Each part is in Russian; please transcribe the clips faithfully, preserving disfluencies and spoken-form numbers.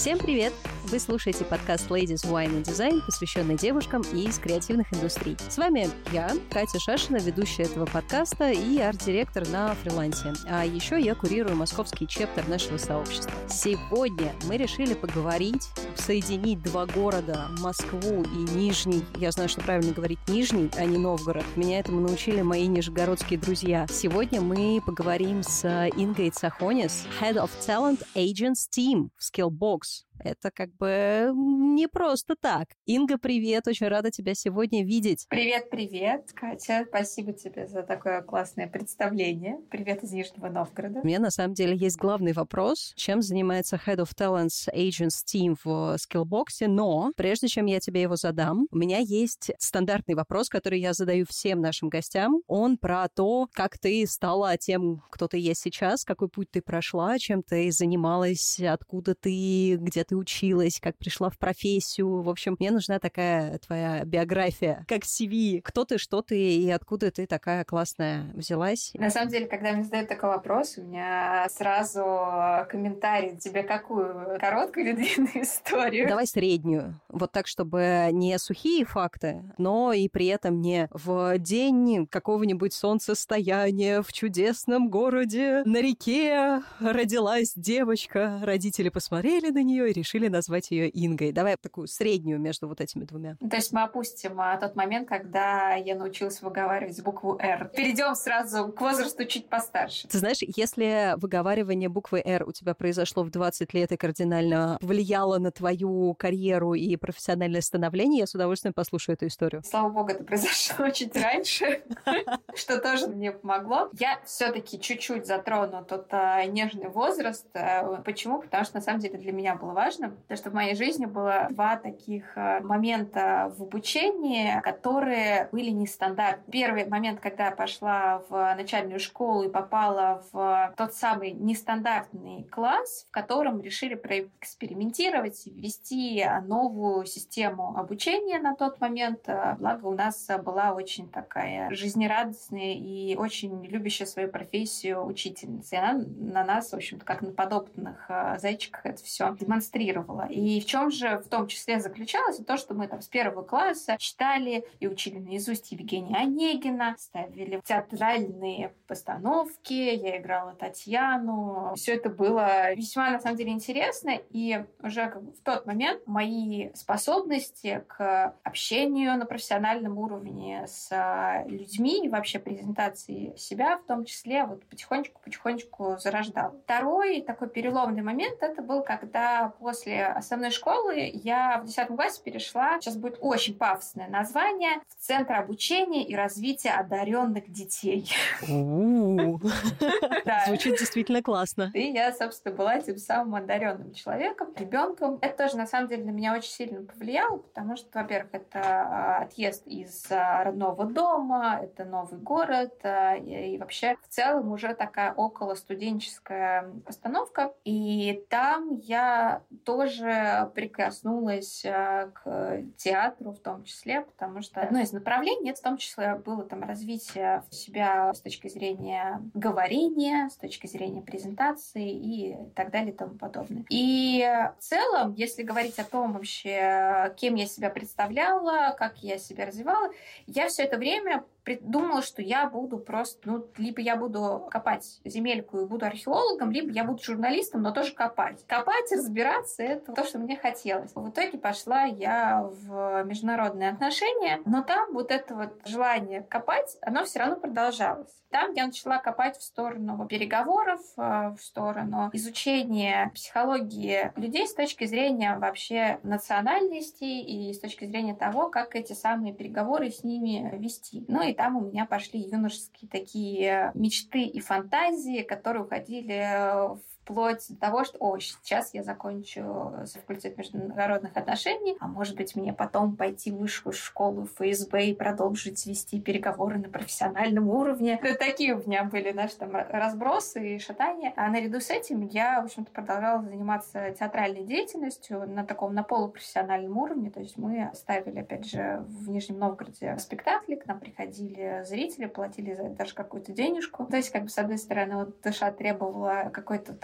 Всем привет! Вы слушаете подкаст Ladies Wine and Design, посвященный девушкам из креативных индустрий. С вами я, Катя Шашина, ведущая этого подкаста и арт-директор на фрилансе. А еще я курирую московский чептер нашего сообщества. Сегодня мы решили поговорить, соединить два города, Москву и Нижний. Я знаю, что правильно говорить Нижний, а не Новгород. Меня этому научили мои нижегородские друзья. Сегодня мы поговорим с Ингой Цахонис, Head of Talent Agents Team в Skillbox. Это как бы не просто так. Инга, привет, очень рада тебя сегодня видеть. Привет-привет, Катя. Спасибо тебе за такое классное представление. Привет из Нижнего Новгорода. У меня на самом деле есть главный вопрос. Чем занимается Head of Talents Agents Team в Skillbox? Но прежде чем я тебе его задам, у меня есть стандартный вопрос, который я задаю всем нашим гостям. Он про то, как ты стала тем, кто ты есть сейчас, какой путь ты прошла, чем ты занималась, откуда ты, где ты училась, как пришла в профессию. В общем, мне нужна такая твоя биография, как си ви. Кто ты, что ты и откуда ты такая классная взялась? На самом деле, когда мне задают такой вопрос, у меня сразу комментарий: тебе какую, короткую или длинную историю? Давай среднюю. Вот так, чтобы не сухие факты, но и при этом не в день какого-нибудь солнцестояния в чудесном городе на реке родилась девочка, родители посмотрели на нее и решили назвать ее Ингой. Давай такую среднюю между вот этими двумя. То есть мы опустим а, тот момент, когда я научилась выговаривать букву «Р». Перейдем сразу к возрасту чуть постарше. Ты знаешь, если выговаривание буквы «Р» у тебя произошло в двадцать лет и кардинально повлияло на твою карьеру и профессиональное становление, я с удовольствием послушаю эту историю. Слава богу, это произошло чуть раньше, что тоже мне помогло. Я все-таки чуть-чуть затрону тот нежный возраст. Почему? Потому что на самом деле для меня было важно, потому что в моей жизни было два таких момента в обучении, которые были нестандартны. Первый момент, когда я пошла в начальную школу и попала в тот самый нестандартный класс, в котором решили проэкспериментировать, ввести новую систему обучения на тот момент. Благо, у нас была очень такая жизнерадостная и очень любящая свою профессию учительница. И она на нас, в общем-то, как на подопытных зайчиках это все демонстрировала. И в чем же в том числе заключалось то, что мы там с первого класса читали и учили наизусть Евгения Онегина, ставили театральные постановки, я играла Татьяну. Все это было весьма, на самом деле, интересно, и уже как бы в тот момент мои способности к общению на профессиональном уровне с людьми и вообще презентации себя, в том числе, вот потихонечку-потихонечку зарождал. Второй такой переломный момент это был, когда после основной школы я в десятом классе перешла, сейчас будет очень пафосное название, в Центр обучения и развития одаренных детей. Звучит действительно классно. И я, собственно, была тем самым одаренным человеком, ребенком. Это тоже, на самом деле, на меня очень сильно повлияло, потому что, во-первых, это отъезд из родного дома, это новый город, и вообще в целом уже такая околостуденческая постановка. И там я тоже прикоснулась к театру в том числе, потому что одно из направлений, это в том числе было там развитие себя с точки зрения говорения, с точки зрения презентации и так далее и тому подобное. И в целом, если говорить о том вообще, кем я себя представляла, как я себя развивала, я все это время придумала, что я буду просто, ну, либо я буду копать земельку и буду археологом, либо я буду журналистом, но тоже копать. Копать, разбираться — это то, что мне хотелось. В итоге пошла я в международные отношения, но там вот это вот желание копать, оно все равно продолжалось. Там я начала копать в сторону переговоров, в сторону изучения психологии людей с точки зрения вообще национальности и с точки зрения того, как эти самые переговоры с ними вести. Ну и там у меня пошли юношеские такие мечты и фантазии, которые уходили вплоть до того, что о, сейчас я закончу факультет международных отношений, а может быть мне потом пойти в высшую школу эф эс бэ и продолжить вести переговоры на профессиональном уровне. Ну, такие у меня были наши там разбросы и шатания. А наряду с этим я, в общем-то, продолжала заниматься театральной деятельностью на таком, на полупрофессиональном уровне. То есть мы ставили, опять же, в Нижнем Новгороде спектакли, к нам приходили зрители, платили за это даже какую-то денежку. То есть, как бы, с одной стороны, вот душа требовала какой-то такой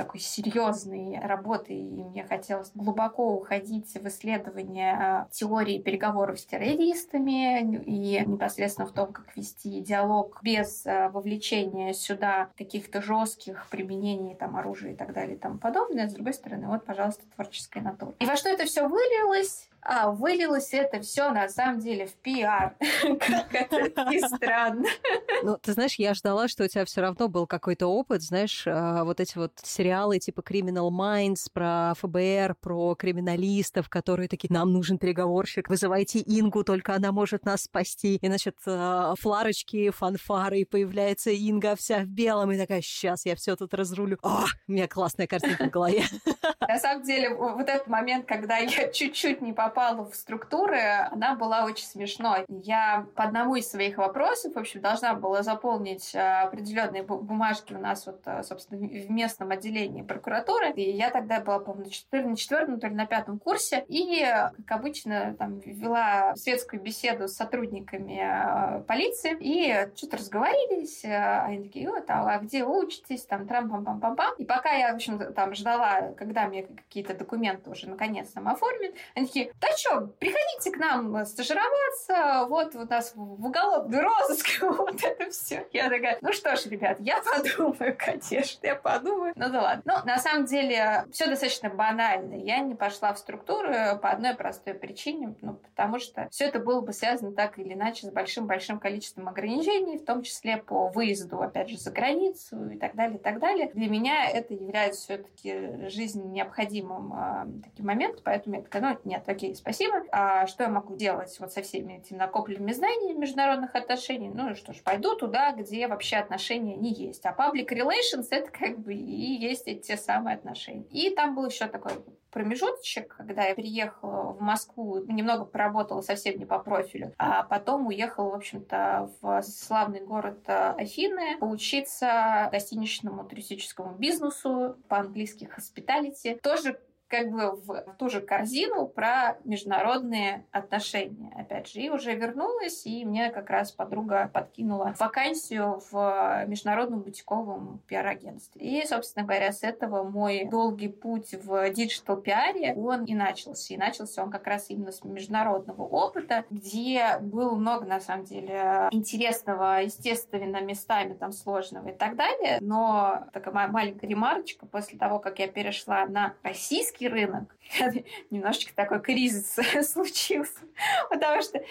такой серьезной работой, и мне хотелось глубоко уходить в исследование теории переговоров с террористами и непосредственно в том, как вести диалог без вовлечения сюда каких-то жестких применений там, оружия и так далее и тому подобное. С другой стороны, вот, пожалуйста, творческая натура. И во что это все вылилось? А вылилось это все на самом деле в пиар. Как это ни странно. Ну, ты знаешь, я ждала, что у тебя все равно был какой-то опыт, знаешь, вот эти вот сериалы типа Criminal Minds про эф бэ эр, про криминалистов, которые такие: нам нужен переговорщик, вызывайте Ингу, только она может нас спасти. И, значит, фларочки, фанфары, и появляется Инга вся в белом, и такая: сейчас я все тут разрулю. О, у меня классная картинка в голове. На самом деле, вот этот момент, когда я чуть-чуть не попала в структуры, она была очень смешной. Я по одному из своих вопросов, в общем, должна была заполнить определенные бумажки у нас, вот, собственно, в местном отделении прокуратуры. И я тогда была, по-моему, на четвертом, то ли на пятом курсе. И, как обычно, там, вела светскую беседу с сотрудниками полиции. И что-то разговорились. Они такие: вот, а где вы учитесь? Там, трам-пам-пам-пам-пам. И пока я, в общем, там ждала, когда мне какие-то документы уже наконец там оформят, они такие: да что, приходите к нам стажироваться, вот у нас в уголовный розыск, вот это все. Я такая: ну что ж, ребят, я подумаю, конечно, я подумаю. Ну да ладно. Ну, на самом деле, все достаточно банально. Я не пошла в структуру по одной простой причине, ну, потому что все это было бы связано так или иначе с большим-большим количеством ограничений, в том числе по выезду, опять же, за границу и так далее, и так далее. Для меня это является все-таки жизненно необходимым э, таким моментом, поэтому я такая: ну, нет, окей, спасибо. А что я могу делать вот со всеми этими накопленными знаниями международных отношений? Ну, что ж, пойду туда, где вообще отношения не есть. А public relations — это как бы и есть эти те самые отношения. И там был еще такой промежуточек, когда я приехала в Москву, немного поработала совсем не по профилю, а потом уехала, в общем-то, в славный город Афины поучиться гостиничному туристическому бизнесу, по-английски hospitality. Тоже как бы в, в ту же корзину про международные отношения, опять же. И уже вернулась, и мне как раз подруга подкинула вакансию в международном бутиковом пиар-агентстве. И, собственно говоря, с этого мой долгий путь в диджитал-пиаре, он и начался. И начался он как раз именно с международного опыта, где было много, на самом деле, интересного, естественно, местами там сложного и так далее. Но такая маленькая ремарочка: после того, как я перешла на российский рынок, немножечко такой кризис случился, потому что,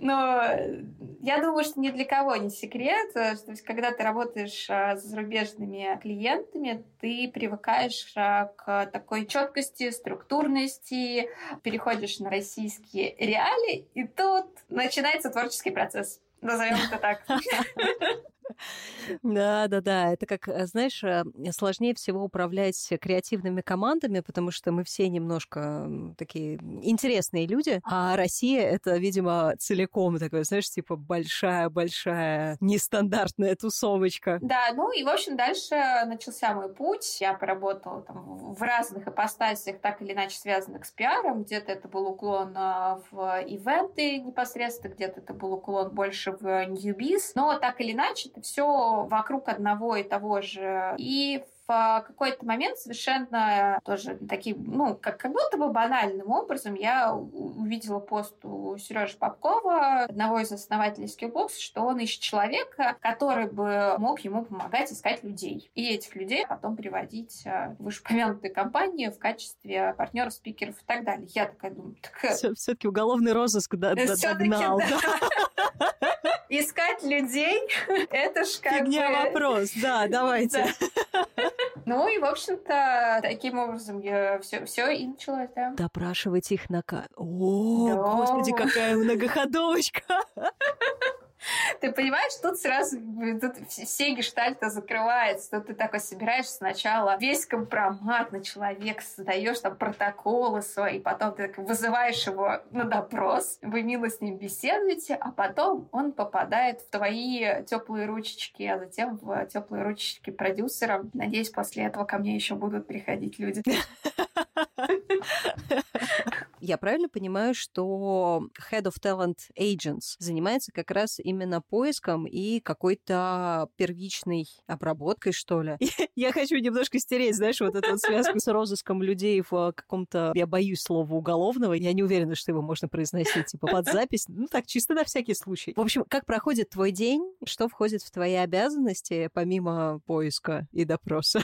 ну, я думаю, что ни для кого не секрет, что когда ты работаешь с зарубежными клиентами, ты привыкаешь к такой четкости, структурности, переходишь на российские реалии, и тут начинается творческий процесс. Назовем это так. Да, да, да. Это как, знаешь, сложнее всего управлять креативными командами, потому что мы все немножко такие интересные люди, а Россия — это, видимо, целиком такое, знаешь, типа большая-большая нестандартная тусовочка. Да, ну и, в общем, дальше начался мой путь. Я поработала там в разных ипостасях, так или иначе связанных с пиаром. Где-то это был уклон в ивенты непосредственно, где-то это был уклон больше в ньюбиз. Но так или иначе, это все вокруг одного и того же. И в какой-то момент совершенно тоже таким, ну, как, как будто бы банальным образом я увидела пост у Сережи Попкова, одного из основателей Skillbox, что он ищет человека, который бы мог ему помогать искать людей. И этих людей потом приводить в вышеупомянутые компании в качестве партнеров, спикеров и так далее. Я такая думаю: так... Все-таки уголовный розыск догнал. Да. Искать людей — это ж как Фигня бы... вопрос, да, давайте. Да. Ну и, в общем-то, таким образом все, все и началось, да. Допрашивать их на... О, да. Господи, какая многоходовочка! Ты понимаешь, тут сразу тут все гештальты закрываются. Тут ты такой собираешь сначала весь компромат на человека, создаешь там протоколы свои, потом ты так вызываешь его на допрос, вы мило с ним беседуете, а потом он попадает в твои теплые ручечки, а затем в теплые ручечки продюсера. Надеюсь, после этого ко мне еще будут приходить люди. Я правильно понимаю, что Head of Talent Agents занимается как раз именно поиском и какой-то первичной обработкой, что ли? Я хочу немножко стереть, знаешь, вот эту вот связку с розыском людей в каком-то, я боюсь слова уголовного, я не уверена, что его можно произносить типа под запись, ну так, чисто на всякий случай. В общем, как проходит твой день, что входит в твои обязанности, помимо поиска и допроса?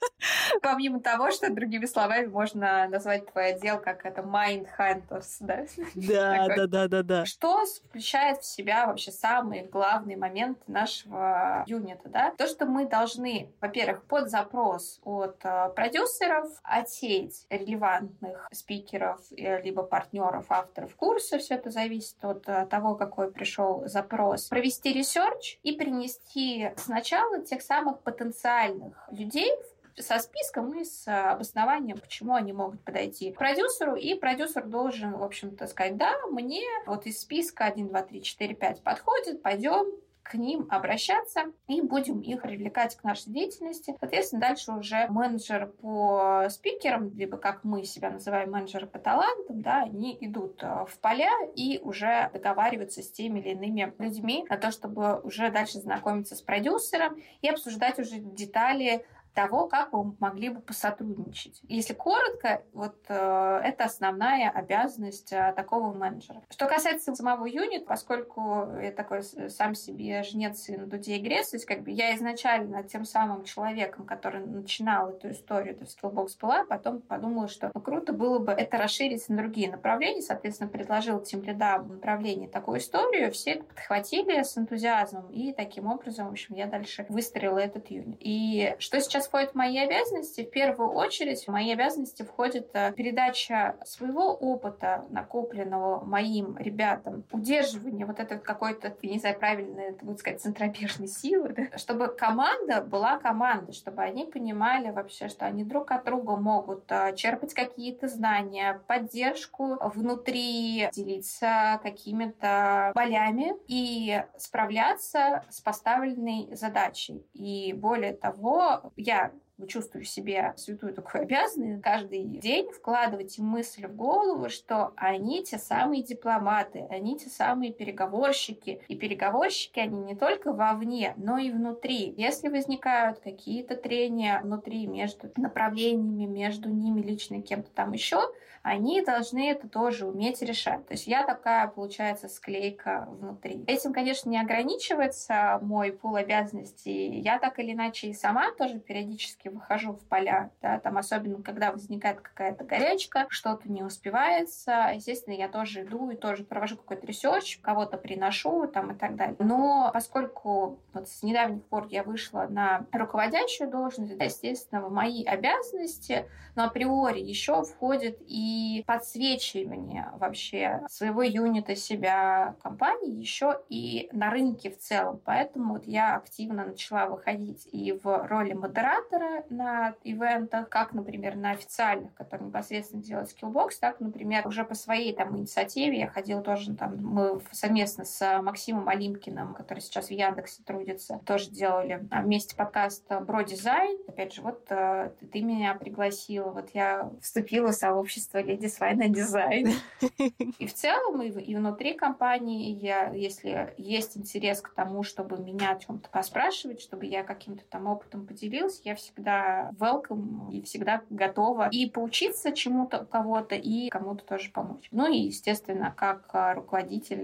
Помимо того, что, другими словами, можно назвать твой отдел как это mind hunters, да? Да, да, да, да, да. Что включает в себя вообще самый главный момент нашего юнита, да? То, что мы должны, во-первых, под запрос от э, продюсеров отсеять релевантных спикеров, э, либо партнеров, авторов курса, все это зависит от э, того, какой пришел запрос, провести ресерч и принести сначала тех самых потенциальных людей со списком и с обоснованием, почему они могут подойти к продюсеру, и продюсер должен, в общем-то, сказать, да, мне вот из списка один, два, три, четыре, пять подходит, пойдем к ним обращаться и будем их привлекать к нашей деятельности. Соответственно, дальше уже менеджер по спикерам, либо как мы себя называем, менеджеры по талантам, да, они идут в поля и уже договариваются с теми или иными людьми на то, чтобы уже дальше знакомиться с продюсером и обсуждать уже детали того, как вы могли бы посотрудничать. Если коротко, вот э, это основная обязанность э, такого менеджера. Что касается самого юнита, поскольку я такой сам себе жнец и на дуде и грец, то есть как бы я изначально тем самым человеком, который начинал эту историю, то есть Skillbox была, потом подумала, что ну, круто было бы это расширить на другие направления, соответственно, предложил тимлидам в направлении такую историю, все это подхватили с энтузиазмом, и таким образом, в общем, я дальше выстроила этот юнит. И что сейчас входит в мои обязанности? В первую очередь в мои обязанности входит передача своего опыта, накопленного моим ребятам, удерживание вот этой какой-то, я не знаю, правильно это будет сказать, центробежной силы, да? Чтобы команда была командой, чтобы они понимали вообще, что они друг от друга могут черпать какие-то знания, поддержку внутри, делиться какими-то болями и справляться с поставленной задачей. И более того, я чувствую в себе святую такую обязанность каждый день вкладывать им мысль в голову, что они те самые дипломаты, они те самые переговорщики. И переговорщики, они не только вовне, но и внутри. Если возникают какие-то трения внутри между направлениями, между ними лично и кем-то там еще, они должны это тоже уметь решать. То есть я такая, получается, склейка внутри. Этим, конечно, не ограничивается мой пул обязанностей. Я так или иначе и сама тоже периодически выхожу в поля. Да, там особенно, когда возникает какая-то горячка, что-то не успевается. Естественно, я тоже иду и тоже провожу какой-то ресерч, кого-то приношу там, и так далее. Но поскольку вот с недавних пор я вышла на руководящую должность, да, естественно, в мои обязанности, но априори еще входит и и подсвечивание вообще своего юнита, себя, компании, еще и на рынке в целом. Поэтому вот я активно начала выходить и в роли модератора на ивентах, как, например, на официальных, которые непосредственно делает Skillbox, так, например, уже по своей там инициативе я ходила тоже там, мы совместно с Максимом Олимкиным, который сейчас в Яндексе трудится, тоже делали вместе подкаст «Бро Дизайн». Опять же, вот ты меня пригласила, вот я вступила в сообщество Ladies Wine and Design. И в целом, и, и внутри компании, я, если есть интерес к тому, чтобы меня о чем-то поспрашивать, чтобы я каким-то там опытом поделилась, я всегда welcome и всегда готова и поучиться чему-то у кого-то, и кому-то тоже помочь. Ну и, естественно, как руководитель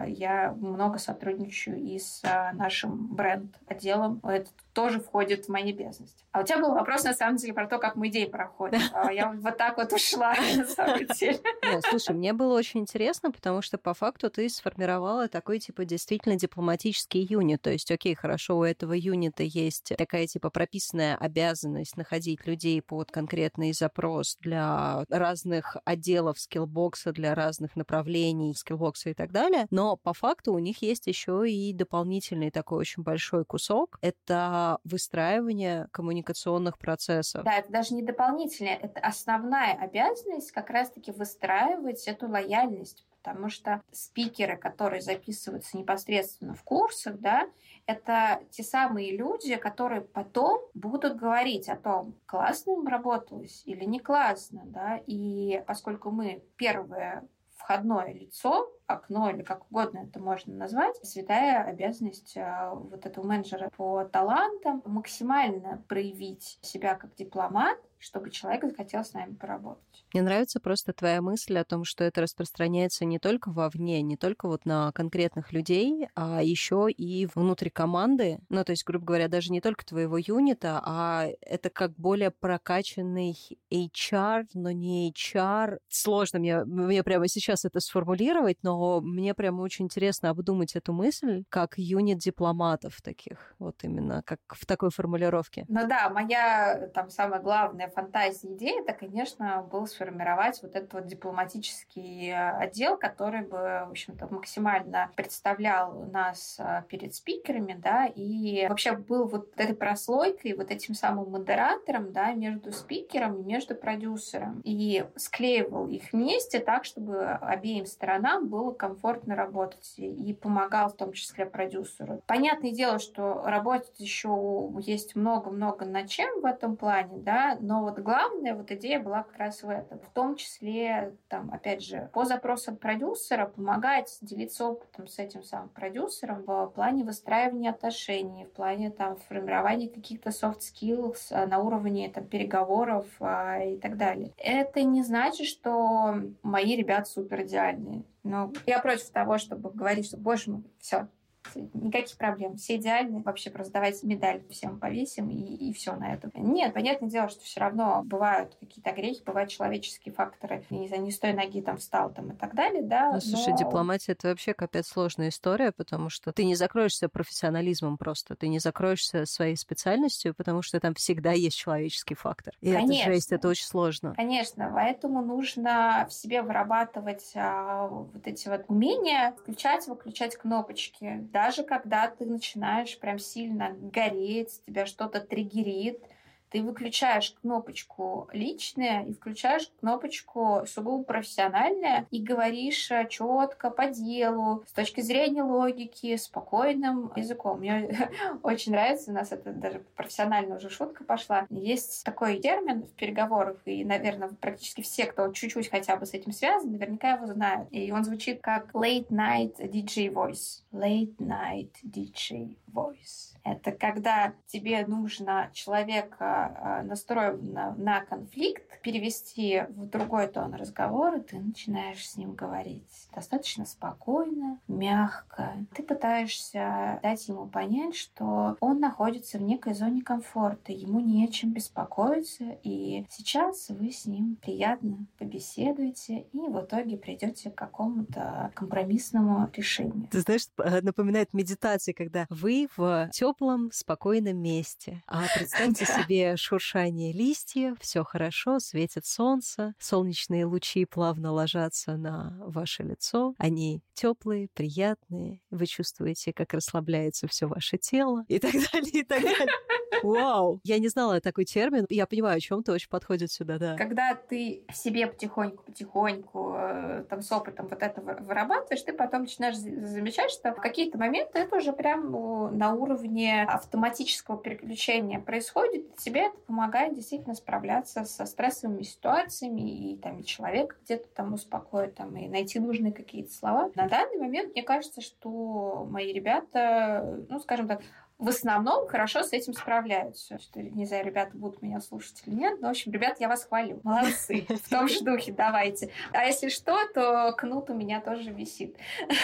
я много сотрудничаю и с нашим бренд-отделом. Это тоже входит в мои обязанности. А у тебя был вопрос, на самом деле, про то, как мой день проходит. Я вот так вот ушла, на самом деле. Нет, слушай, мне было очень интересно, потому что по факту ты сформировала такой, типа, действительно дипломатический юнит. То есть, окей, хорошо, у этого юнита есть такая, типа, прописанная обязанность находить людей под конкретный запрос для разных отделов скиллбокса, для разных направлений скиллбокса и так далее. Но по факту у них есть еще и дополнительный такой очень большой кусок. Это выстраивание коммуникационных процессов. Да, это даже не дополнительное, это основная обязанность как раз-таки выстраивать эту лояльность. потому что спикеры, которые записываются непосредственно в курсах, да, это те самые люди, которые потом будут говорить о том, классно им работалось или не классно, да, и поскольку мы первое входное лицо, окно или как угодно это можно назвать, святая обязанность вот этого менеджера по талантам максимально проявить себя как дипломат, чтобы человек захотел с нами поработать. Мне нравится просто твоя мысль о том, что это распространяется не только вовне, не только вот на конкретных людей, а еще и внутри команды. Ну, то есть, грубо говоря, даже не только твоего юнита, а это как более прокачанный эйч ар, но не эйч ар. Сложно мне, мне прямо сейчас это сформулировать, но мне прямо очень интересно обдумать эту мысль как юнит дипломатов таких, вот именно как в такой формулировке. Ну да, моя там самая главная фантазия, идея, это, конечно, было сформировать вот этот вот дипломатический отдел, который бы, в общем-то, максимально представлял нас перед спикерами, да, и вообще был вот этой прослойкой, вот этим самым модератором, да, между спикером и между продюсером, и склеивал их вместе так, чтобы обеим сторонам было комфортно работать, и помогал в том числе продюсеру. Понятное дело, что работать еще есть много-много над чем в этом плане, да, но вот главная вот идея была как раз в этом. В том числе, там, опять же, по запросам продюсера помогать делиться опытом с этим самым продюсером в плане выстраивания отношений, в плане там формирования каких-то soft skills на уровне там переговоров а, и так далее. Это не значит, что мои ребята супер идеальные. Но я против того, чтобы говорить, что, боже мой, все, никаких проблем, все идеальны, вообще просто давайте медаль всем повесим и, и все на этом. Нет, понятное дело, что все равно бывают какие-то грехи, бывают человеческие факторы, не знаю, не с той ноги там встал там и так далее, да. Ну, слушай, но... дипломатия — это вообще капец сложная история, потому что ты не закроешься профессионализмом просто, ты не закроешься своей специальностью, потому что там всегда есть человеческий фактор. И Конечно. это жесть, это очень сложно. Конечно, поэтому нужно в себе вырабатывать а, вот эти вот умения, включать, выключать кнопочки. Даже когда ты начинаешь прям сильно гореть, тебя что-то триггерит, ты выключаешь кнопочку «Личное» и включаешь кнопочку сугубо «Профессиональное» и говоришь четко, по делу, с точки зрения логики, спокойным языком. Мне очень нравится, у нас это даже профессиональная уже шутка пошла. Есть такой термин в переговорах, и, наверное, практически все, кто чуть-чуть хотя бы с этим связан, наверняка его знают. И он звучит как «late night ди джей voice». Late night ди джей voice. Это когда тебе нужно человека, настроенного на конфликт, перевести в другой тон разговора, ты начинаешь с ним говорить достаточно спокойно, мягко. Ты пытаешься дать ему понять, что он находится в некой зоне комфорта, ему не о чем беспокоиться, и сейчас вы с ним приятно побеседуете, и в итоге придете к какому-то компромиссному решению. Ты знаешь, напоминает медитации, когда вы в теплом, спокойном месте. А представьте себе шуршание листьев, все хорошо, светит солнце, солнечные лучи плавно ложатся на ваше лицо, они теплые, приятные, вы чувствуете, как расслабляется все ваше тело и так далее, и так далее. Вау! Я не знала такой термин. Я понимаю, о чем ты, очень подходит сюда, да. Когда ты в себе потихоньку-потихоньку там с опытом вот это вырабатываешь, ты потом начинаешь замечать, что в какие-то моменты это уже прям на уровне автоматического переключения происходит, тебе это помогает действительно справляться со стрессовыми ситуациями, и там и человека где-то там успокоить, там, и найти нужные какие-то слова. На данный момент мне кажется, что мои ребята, ну, скажем так, в основном хорошо с этим справляются. Что, не знаю, ребята будут меня слушать или нет, но, в общем, ребят, я вас хвалю. Молодцы. В том же духе, давайте. А если что, то кнут у меня тоже висит.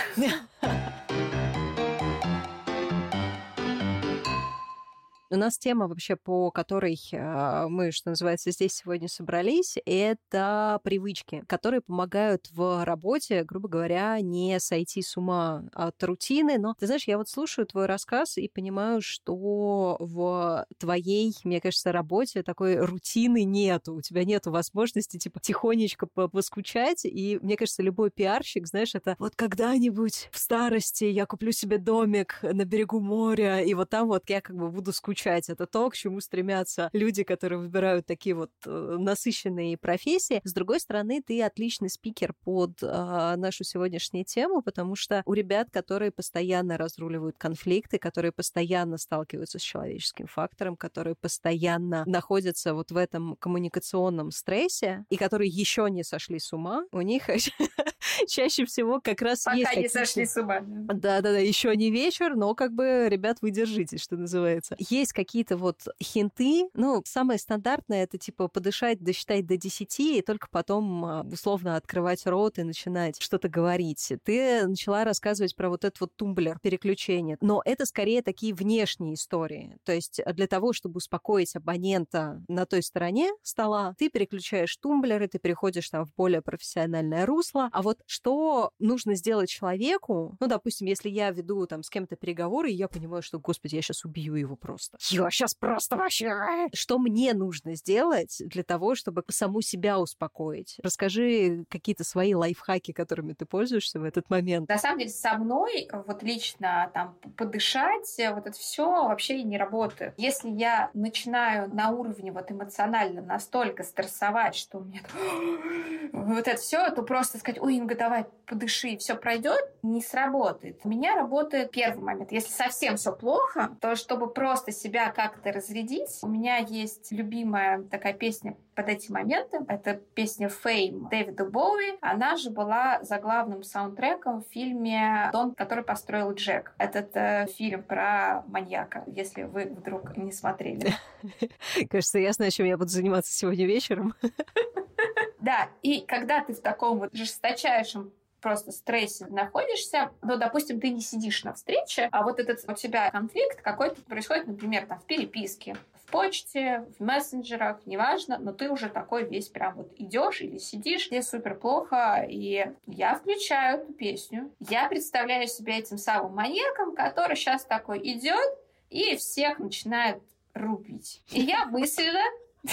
У нас тема вообще, по которой мы, что называется, здесь сегодня собрались, это привычки, которые помогают в работе, грубо говоря, не сойти с ума от рутины. Но, ты знаешь, я вот слушаю твой рассказ и понимаю, что в твоей, мне кажется, работе такой рутины нету. У тебя нету возможности, типа, тихонечко поскучать. И, мне кажется, любой пиарщик, знаешь, это вот когда-нибудь в старости я куплю себе домик на берегу моря, и вот там вот я как бы буду скучать изучать. Это то, к чему стремятся люди, которые выбирают такие вот насыщенные профессии. С другой стороны, ты отличный спикер под а, нашу сегодняшнюю тему, потому что у ребят, которые постоянно разруливают конфликты, которые постоянно сталкиваются с человеческим фактором, которые постоянно находятся вот в этом коммуникационном стрессе и которые еще не сошли с ума, у них чаще всего как раз Пока есть не какие-то... сошли с ума. Да-да-да, еще не вечер, но как бы, ребят, вы держитесь, что называется. Есть какие-то вот хинты, ну, самое стандартное — это типа подышать, досчитать до десяти, и только потом условно открывать рот и начинать что-то говорить. Ты начала рассказывать про вот этот вот тумблер, переключение, но это скорее такие внешние истории. То есть для того, чтобы успокоить абонента на той стороне стола, ты переключаешь тумблеры, ты переходишь там в более профессиональное русло. А вот что нужно сделать человеку, ну, допустим, если я веду там с кем-то переговоры, и я понимаю, что, господи, я сейчас убью его просто. Я сейчас просто вообще... Что мне нужно сделать для того, чтобы саму себя успокоить? Расскажи какие-то свои лайфхаки, которыми ты пользуешься в этот момент. На самом деле, со мной вот лично там подышать, вот это все вообще не работает. Если я начинаю на уровне вот эмоционально настолько стрессовать, что у меня вот это все, то просто сказать: ой, Инга, давай подыши, все пройдет, не сработает. У меня работает первый момент. Если совсем все плохо, то чтобы просто себя как-то разрядить, у меня есть любимая такая песня под эти моменты. Это песня «Fame» Дэвида Боуи. Она же была заглавным саундтреком в фильме «Дом, который построил Джек». Этот э, фильм про маньяка, если вы вдруг не смотрели. Кажется, ясно, чем я буду заниматься сегодня вечером. Да, и когда ты в таком вот жесточайшем просто стрессе находишься, ну, допустим, ты не сидишь на встрече, а вот этот у тебя конфликт какой-то происходит, например, там в переписке, в почте, в мессенджерах, неважно, но ты уже такой весь прям вот идешь или сидишь, тебе супер плохо, и я включаю эту песню, я представляю себя этим самым маньяком, который сейчас такой идет и всех начинает рубить. И я мысленно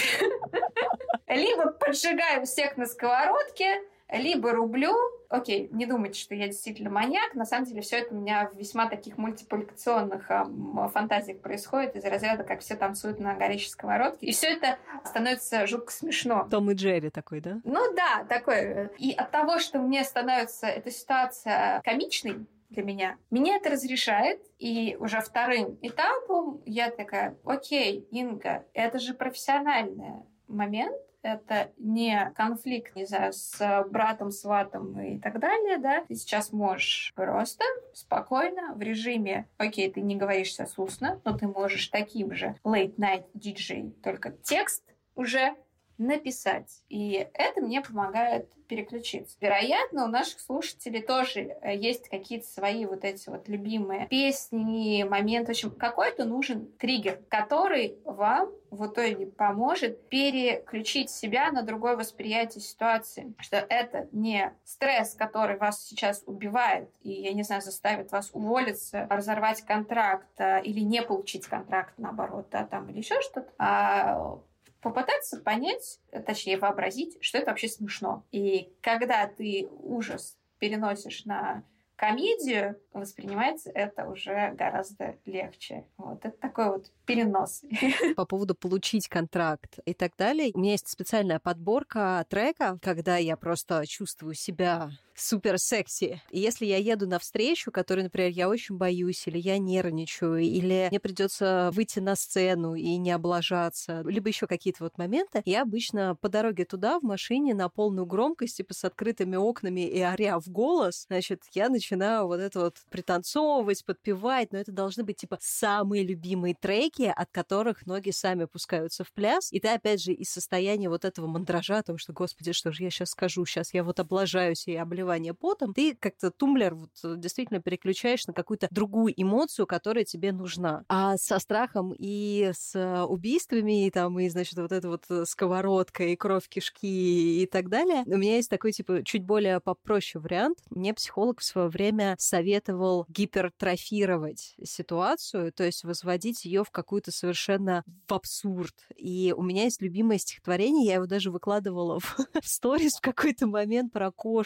либо поджигаю всех на сковородке, либо рублю. Окей, не думайте, что я действительно маньяк. На самом деле все это у меня в весьма таких мультипликационных э, фантазиях происходит из разряда, как все танцуют на горящей сковородке. И все это становится жутко смешно. Том и Джерри такой, да? Ну да, такой. И от того, что мне становится эта ситуация комичной для меня, меня это разрешает. И уже вторым этапом я такая: окей, Инга, это же профессиональный момент. Это не конфликт, не знаю, с братом, сватом и так далее, да. Ты сейчас можешь просто, спокойно, в режиме, окей, ты не говоришь сейчас устно, но ты можешь таким же late-night диджей, только текст уже написать. И это мне помогает переключиться. Вероятно, у наших слушателей тоже есть какие-то свои вот эти вот любимые песни, моменты. В общем, какой-то нужен триггер, который вам в итоге поможет переключить себя на другое восприятие ситуации. Что это не стресс, который вас сейчас убивает и, я не знаю, заставит вас уволиться, разорвать контракт или не получить контракт, наоборот, да, там, или еще что-то, а попытаться понять, точнее вообразить, что это вообще смешно. И когда ты ужас переносишь на комедию, воспринимается это уже гораздо легче. Вот это такой вот перенос. По поводу получить контракт и так далее. У меня есть специальная подборка трека, когда я просто чувствую себя супер секси. И если я еду навстречу, которой, например, я очень боюсь, или я нервничаю, или мне придется выйти на сцену и не облажаться, либо еще какие-то вот моменты, я обычно по дороге туда в машине на полную громкость, типа с открытыми окнами и оря в голос, значит, я начинаю вот это вот пританцовывать, подпевать, но это должны быть типа самые любимые треки, от которых ноги сами пускаются в пляс. И ты, опять же, из состояния вот этого мандража, о том, что, господи, что же я сейчас скажу, сейчас я вот облажаюсь и обливаюсь потом, ты как-то тумблер вот действительно переключаешь на какую-то другую эмоцию, которая тебе нужна. А со страхом и с убийствами, и там, и, значит, вот эта вот сковородка, и кровь кишки, и так далее, у меня есть такой, типа, чуть более попроще вариант. Мне психолог в свое время советовал гипертрофировать ситуацию, то есть возводить ее в какую-то совершенно в абсурд. И у меня есть любимое стихотворение, я его даже выкладывала в сторис в какой-то момент про кошку Григория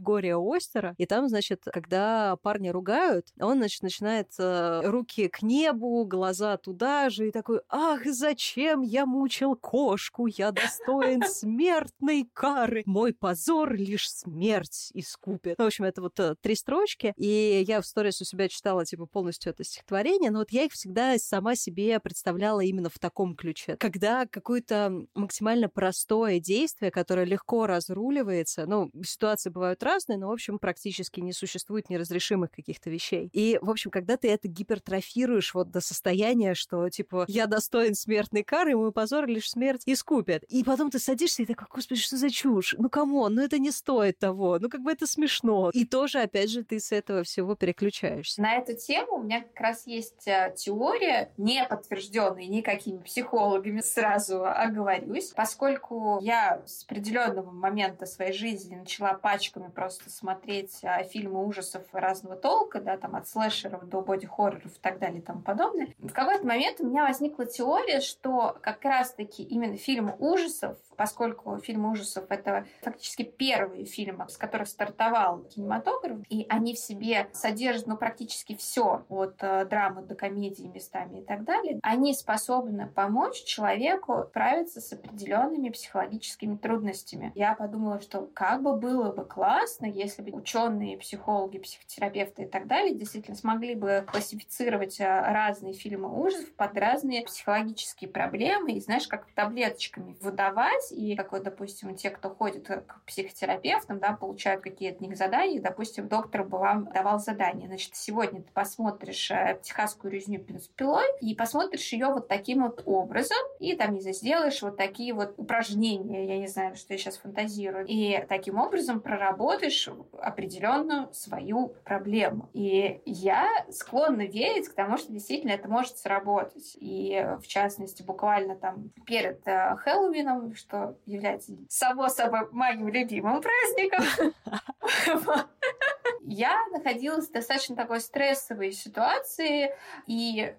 Григория Остера, и там, значит, когда парня ругают, он, значит, начинает э, руки к небу, глаза туда же, и такой: «Ах, зачем я мучил кошку? Я достоин смертной кары. Мой позор лишь смерть искупит». Ну, в общем, это вот э, три строчки, и я в сторис у себя читала, типа, полностью это стихотворение, но вот я их всегда сама себе представляла именно в таком ключе. Когда какое-то максимально простое действие, которое легко разруливается, ну, ситуации бывают разные, но, в общем, практически не существует неразрешимых каких-то вещей. И, в общем, когда ты это гипертрофируешь вот до состояния, что, типа, я достоин смертной кары, и мой позор лишь смерть искупит. И потом ты садишься и такой: господи, что за чушь? Ну, камон, ну это не стоит того, ну как бы это смешно. И тоже, опять же, ты с этого всего переключаешься. На эту тему у меня как раз есть теория, не подтвержденная никакими психологами, сразу оговорюсь, поскольку я с определенного момента своей жизни начала пачками просто смотреть фильмы ужасов разного толка, да, там от слэшеров до боди-хорроров и так далее и тому подобное. В какой-то момент у меня возникла теория, что как раз-таки именно фильмы ужасов, поскольку фильмы ужасов — это фактически первые фильмы, с которых стартовал кинематограф, и они в себе содержат, ну, практически все, от э, драмы до комедии местами и так далее, они способны помочь человеку справиться с определенными психологическими трудностями. Я подумала, что как бы было бы классно, если бы ученые, психологи, психотерапевты и так далее действительно смогли бы классифицировать разные фильмы ужасов под разные психологические проблемы и, знаешь, как таблеточками выдавать. И как вот, допустим, те, кто ходит к психотерапевтам, да, получают какие-то от них задания. Допустим, доктор бы вам давал задание. Значит, сегодня ты посмотришь «Техасскую резню бензопилой» и посмотришь ее вот таким вот образом, и там, не знаю, сделаешь вот такие вот упражнения, я не знаю, что я сейчас фантазирую, и таким образом проработаешь определенную свою проблему. И я склонна верить к тому, что действительно это может сработать. И, в частности, буквально там перед э, Хэллоуином, что является, само собой, моим любимым праздником, я находилась в достаточно такой стрессовой ситуации, и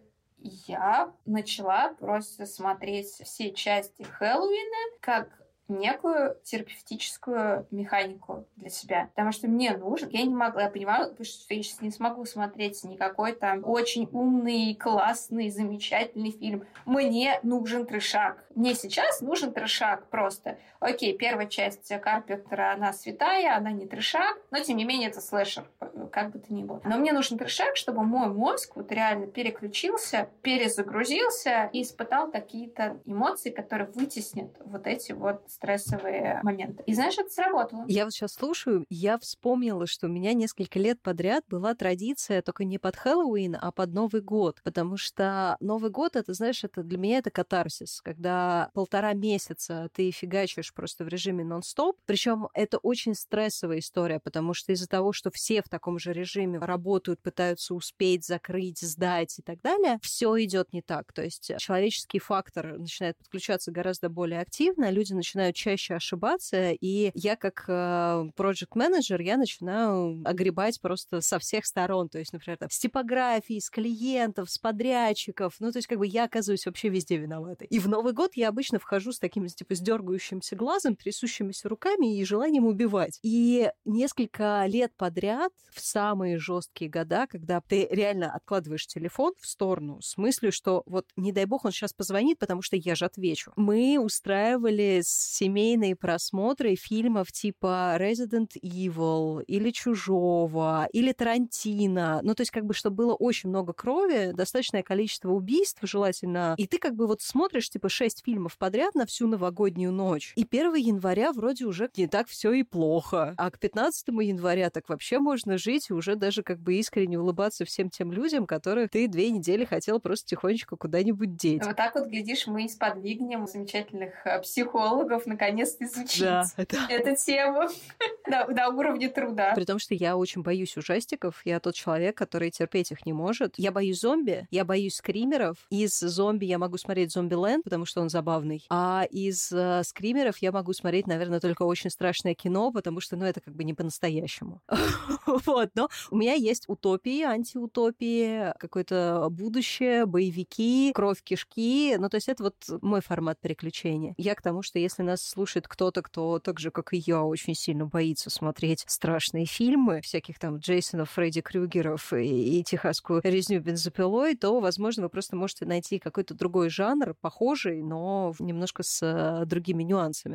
я начала просто смотреть все части Хэллоуина как некую терапевтическую механику для себя. Потому что мне нужен... Я не могла, я понимала, что я сейчас не смогу смотреть никакой там очень умный, классный, замечательный фильм. Мне нужен трешак. Мне сейчас нужен трешак просто. Окей, первая часть Карпентера, она святая, она не трешак, но тем не менее это слэшер, как бы то ни было. Но мне нужен трешак, чтобы мой мозг вот реально переключился, перезагрузился и испытал какие-то эмоции, которые вытеснят вот эти вот стрессовые моменты. И знаешь, это сработало. Я вот сейчас слушаю, я вспомнила, что у меня несколько лет подряд была традиция только не под Хэллоуин, а под Новый год, потому что Новый год, это, знаешь, это для меня это катарсис, когда полтора месяца ты фигачишь просто в режиме нон-стоп, причем это очень стрессовая история, потому что из-за того, что все в таком же режиме работают, пытаются успеть, закрыть, сдать и так далее, все идет не так. То есть человеческий фактор начинает подключаться гораздо более активно, люди начинают чаще ошибаться, и я как проект-менеджер, я начинаю огребать просто со всех сторон, то есть, например, там, с типографии, с клиентов, с подрядчиков, ну, то есть, как бы я оказываюсь вообще везде виноватой. И в Новый год я обычно вхожу с таким, типа, с дергающимся глазом, трясущимися руками и желанием убивать. И несколько лет подряд, в самые жесткие года, когда ты реально откладываешь телефон в сторону с мыслью, что вот, не дай бог, он сейчас позвонит, потому что я же отвечу. Мы устраивали семейные просмотры фильмов типа Resident Evil или Чужого, или Тарантино. Ну, то есть, как бы, чтобы было очень много крови, достаточное количество убийств, желательно. И ты как бы вот смотришь, типа, шесть фильмов подряд на всю новогоднюю ночь. И первого января вроде уже не так все и плохо. А к пятнадцатому января так вообще можно жить и уже даже как бы искренне улыбаться всем тем людям, которых ты две недели хотел просто тихонечко куда-нибудь деть. Вот так вот, глядишь, мы и сподвигнем замечательных психологов наконец-то изучить да, это... эту тему на, на уровне труда. При том, что я очень боюсь ужастиков. Я тот человек, который терпеть их не может. Я боюсь зомби, я боюсь скримеров. Из зомби я могу смотреть «Зомбиленд», потому что он забавный. А из э, скримеров я могу смотреть, наверное, только очень страшное кино, потому что, ну, это как бы не по-настоящему. Вот, но у меня есть утопии, антиутопии, какое-то будущее, боевики, кровь, кишки. Ну, то есть это вот мой формат приключения. Я к тому, что если нас слушает кто-то, кто так же, как и я, очень сильно боится смотреть страшные фильмы, всяких там Джейсонов, Фредди Крюгеров и, и техасскую резню бензопилой, то, возможно, вы просто можете найти какой-то другой жанр, похожий, но немножко с э, другими нюансами.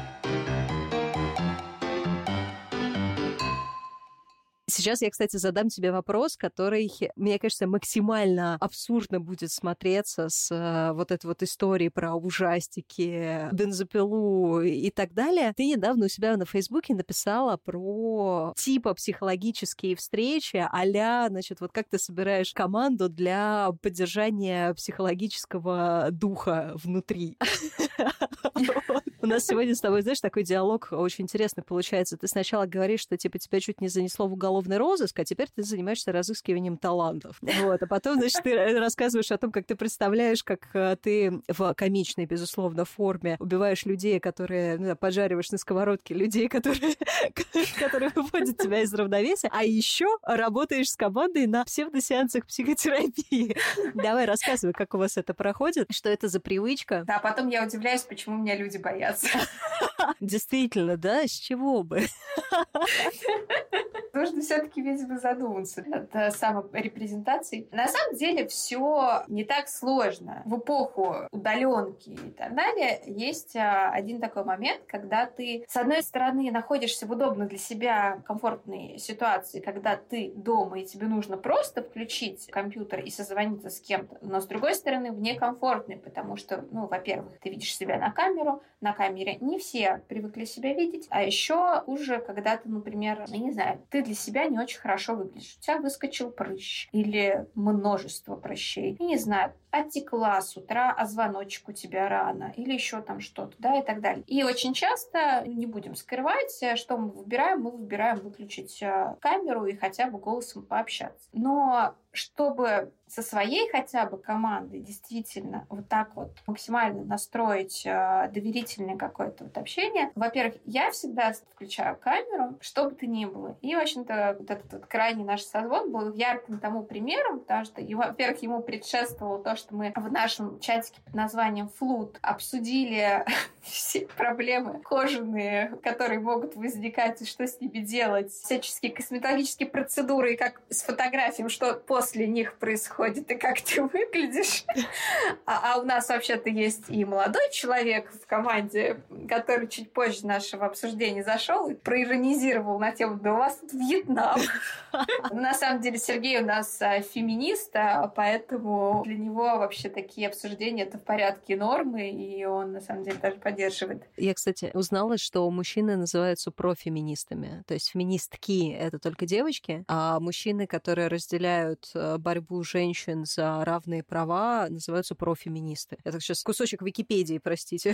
Сейчас я, кстати, задам тебе вопрос, который, мне кажется, максимально абсурдно будет смотреться с э, вот этой вот историей про ужастики, бензопилу и так далее. Ты недавно у себя на Фейсбуке написала про типа психологические встречи а-ля, значит, вот как ты собираешь команду для поддержания психологического духа внутри. У нас сегодня с тобой, знаешь, такой диалог очень интересный получается. Ты сначала говоришь, что типа тебя чуть не занесло в уголовный розыск, а теперь ты занимаешься разыскиванием талантов. Вот. А потом, значит, ты рассказываешь о том, как ты представляешь, как ты в комичной, безусловно, форме убиваешь людей, которые, ну, поджариваешь на сковородке людей, которые, которые выводят тебя из равновесия, а еще работаешь с командой на псевдосеансах психотерапии. Давай рассказывай, как у вас это проходит, что это за привычка. Да, потом я удивляюсь, почему меня люди боятся. Действительно, да? С чего бы? Нужно все-таки, видимо, задуматься над саморепрезентацией. На самом деле все не так сложно. В эпоху удаленки и так далее есть один такой момент, когда ты, с одной стороны, находишься в удобной для себя комфортной ситуации, когда ты дома и тебе нужно просто включить компьютер и созвониться с кем-то, но с другой стороны, в некомфортной, потому что, ну, во-первых, ты видишь себя на камеру, на камере не все привыкли себя видеть, а еще уже, когда ты, например, я не знаю, ты для себя не очень хорошо выглядишь. У тебя выскочил прыщ или множество прыщей. Я не знаю, отекла с утра, а звоночек у тебя рано или еще там что-то, да, и так далее. И очень часто, не будем скрывать, что мы выбираем, мы выбираем выключить камеру и хотя бы голосом пообщаться. Но чтобы со своей хотя бы командой действительно вот так вот максимально настроить э, доверительное какое-то вот общение, во-первых, я всегда включаю камеру, что бы то ни было. И, в общем-то, вот этот вот крайний наш созвон был ярким тому примером, потому что, его, во-первых, ему предшествовало то, что мы в нашем чатике под названием «Флут» обсудили все проблемы кожаные, которые могут возникать, и что с ними делать, всяческие косметологические процедуры, и как с фотографией, что после них происходит, и как ты выглядишь. А, а у нас вообще-то есть и молодой человек в команде, который чуть позже нашего обсуждения зашел и проиронизировал на тему: да у вас тут Вьетнам. На самом деле Сергей у нас феминист, поэтому для него вообще такие обсуждения — это в порядке нормы, и он на самом деле даже поддерживает. Я, кстати, узнала, что мужчины называются профеминистами. То есть феминистки — это только девочки, а мужчины, которые разделяют борьбу женщин за равные права, называются профеминисты. Это сейчас кусочек Википедии, простите.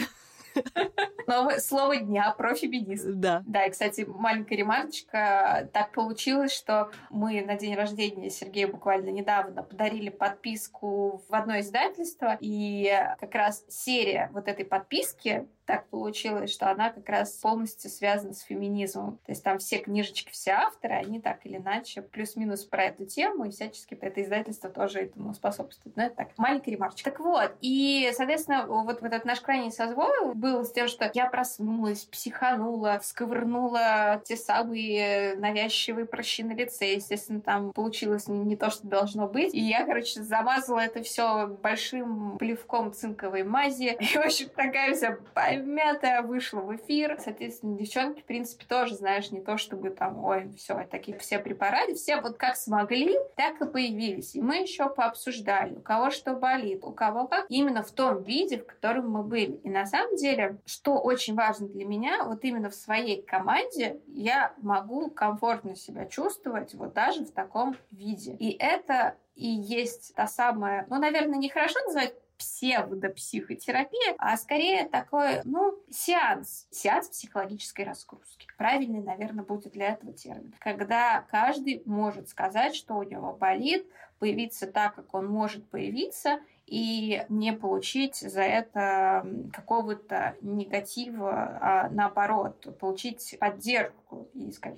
Новое слово дня — профеминист. Да. Да, и, кстати, маленькая ремарочка. Так получилось, что мы на день рождения Сергею буквально недавно подарили подписку в одно издательство, и как раз серия вот этой подписки, так получилось, что она как раз полностью связана с феминизмом. То есть там все книжечки, все авторы, они так или иначе плюс-минус про эту тему, и всячески это издательство тоже этому способствует. Но это так, маленькая ремарочка. Так вот, и, соответственно, вот, вот этот наш крайний созвон был с тем, что я проснулась, психанула, всковырнула те самые навязчивые прыщи на лице. Естественно, там получилось не, не то, что должно быть. И я, короче, замазала это все большим плевком цинковой мази. И, в общем, такая вся мятая вышла в эфир. Соответственно, девчонки, в принципе, тоже, знаешь, не то чтобы там, ой, все, такие все при параде, все вот как смогли, так и появились. И мы еще пообсуждали, у кого что болит, у кого как, именно в том виде, в котором мы были. И на самом деле, что очень важно для меня, вот именно в своей команде я могу комфортно себя чувствовать вот даже в таком виде. И это и есть та самая, ну, наверное, нехорошо называть псевдопсихотерапия, а скорее такой, ну, сеанс. Сеанс психологической разгрузки. Правильный, наверное, будет для этого термин. Когда каждый может сказать, что у него болит, появиться так, как он может появиться, и не получить за это какого-то негатива, а наоборот, получить поддержку и сказать: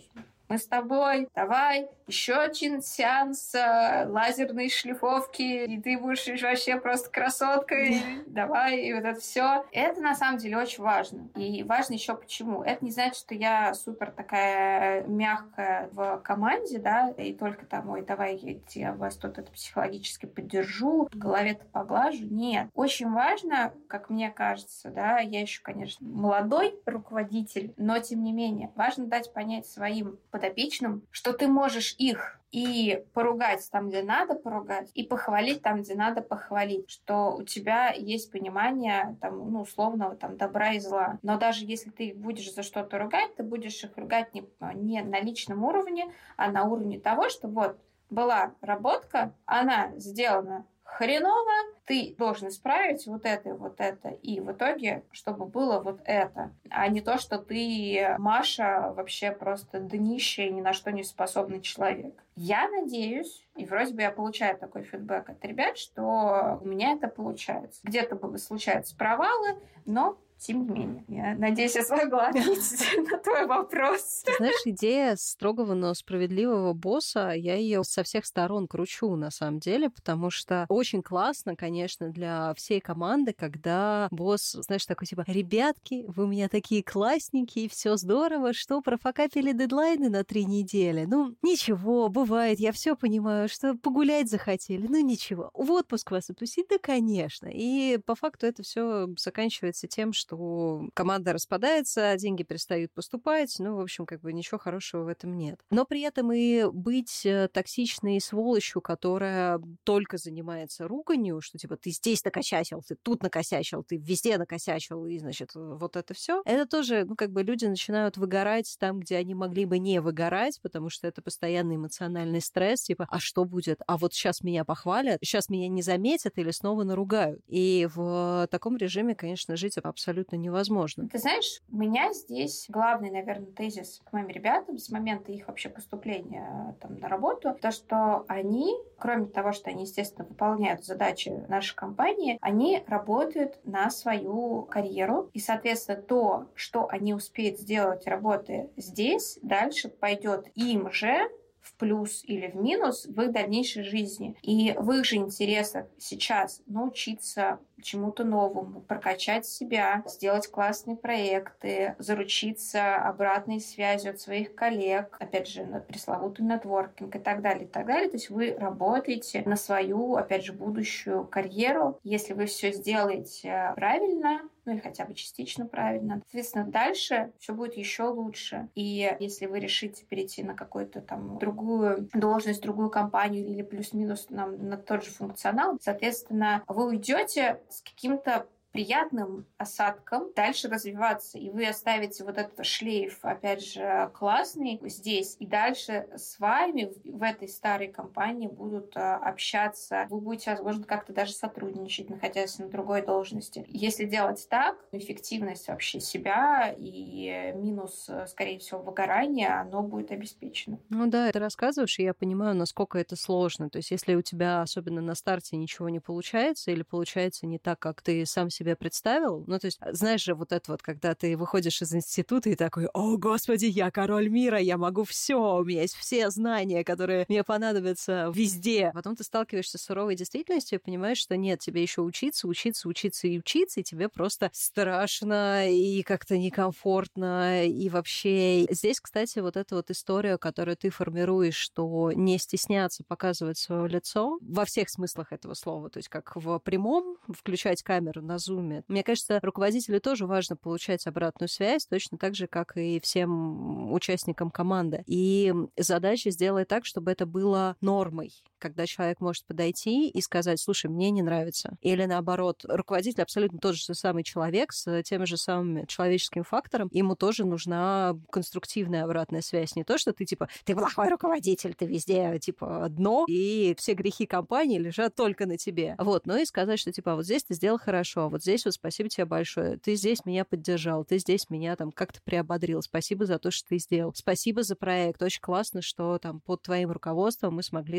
мы с тобой, давай, еще один сеанс э, лазерной шлифовки, и ты будешь вообще просто красоткой, давай, и вот это все. Это на самом деле очень важно. И важно еще почему. Это не значит, что я супер такая мягкая в команде, да, и только там, ой, давай, я вас тут это психологически поддержу, в голове-то поглажу. Нет. Очень важно, как мне кажется, да, я еще, конечно, молодой руководитель, но тем не менее, важно дать понять своим подопечным, что ты можешь их и поругать там, где надо поругать, и похвалить там, где надо похвалить, что у тебя есть понимание там, ну, условного там добра и зла. Но даже если ты будешь за что-то ругать, ты будешь их ругать не, не на личном уровне, а на уровне того, что вот была работка, она сделана хреново, ты должен исправить вот это и вот это, и в итоге, чтобы было вот это, а не то, что ты, Маша, вообще просто днище и ни на что не способный человек. Я надеюсь, и вроде бы я получаю такой фидбэк от ребят, что у меня это получается. Где-то случаются провалы, но тем не менее, я надеюсь, я смогла ответить на твой вопрос. Ты знаешь, идея строгого, но справедливого босса, я ее со всех сторон кручу, на самом деле, потому что очень классно, конечно, для всей команды, когда босс, знаешь, такой типа, ребятки, вы у меня такие классненькие, все здорово, что профокапили дедлайны на три недели. Ну, ничего, бывает, я все понимаю, что погулять захотели, ну ничего, в отпуск вас отпустить, да, конечно. И по факту это все заканчивается тем, что что команда распадается, деньги перестают поступать, ну, в общем, как бы ничего хорошего в этом нет. Но при этом и быть токсичной сволочью, которая только занимается руганью, что типа ты здесь накосячил, ты тут накосячил, ты везде накосячил, и, значит, вот это все. Это тоже, ну, как бы люди начинают выгорать там, где они могли бы не выгорать, потому что это постоянный эмоциональный стресс, типа, а что будет? А вот сейчас меня похвалят, сейчас меня не заметят или снова наругают. И в таком режиме, конечно, жить абсолютно невозможно. Ты знаешь, у меня здесь главный, наверное, тезис к моим ребятам с момента их вообще поступления там, на работу, то, что они, кроме того, что они, естественно, выполняют задачи нашей компании, они работают на свою карьеру, и, соответственно, то, что они успеют сделать, работая здесь, дальше пойдет им же в плюс или в минус в их дальнейшей жизни. И в их же интересах сейчас научиться чему-то новому, прокачать себя, сделать классные проекты, заручиться обратной связью от своих коллег, опять же, на пресловутый нетворкинг и так далее, и так далее. То есть вы работаете на свою, опять же, будущую карьеру. Если вы все сделаете правильно, ну или хотя бы частично правильно, соответственно, дальше все будет еще лучше. И если вы решите перейти на какую-то там другую должность, другую компанию или плюс-минус на, на тот же функционал, соответственно, вы уйдете с каким-то приятным осадком дальше развиваться. И вы оставите вот этот шлейф, опять же, классный здесь. И дальше с вами в этой старой компании будут общаться. Вы будете, возможно, как-то даже сотрудничать, находясь на другой должности. Если делать так, эффективность вообще себя и минус, скорее всего, выгорания, оно будет обеспечено. Ну да, ты рассказываешь, и я понимаю, насколько это сложно. То есть если у тебя, особенно на старте, ничего не получается или получается не так, как ты сам себе представил. Ну, то есть, знаешь же, вот это вот, когда ты выходишь из института и такой, о, господи, я король мира, я могу все, у меня есть все знания, которые мне понадобятся везде. Потом ты сталкиваешься с суровой действительностью и понимаешь, что нет, тебе еще учиться, учиться, учиться и учиться, и тебе просто страшно и как-то некомфортно, и вообще... Здесь, кстати, вот эта вот история, которую ты формируешь, что не стесняться показывать свое лицо во всех смыслах этого слова, то есть как в прямом, включать камеру на Zoom. Мне кажется, руководителю тоже важно получать обратную связь, точно так же, как и всем участникам команды. И задача сделать так, чтобы это было нормой, когда человек может подойти и сказать, слушай, мне не нравится. Или наоборот, руководитель абсолютно тот же самый человек с тем же самым человеческим фактором, ему тоже нужна конструктивная обратная связь. Не то, что ты типа, ты плохой руководитель, ты везде типа дно, и все грехи компании лежат только на тебе. Вот, но и сказать, что типа, вот здесь ты сделал хорошо, вот здесь вот спасибо тебе большое, ты здесь меня поддержал, ты здесь меня там как-то приободрил, спасибо за то, что ты сделал, спасибо за проект, очень классно, что там под твоим руководством мы смогли там достичь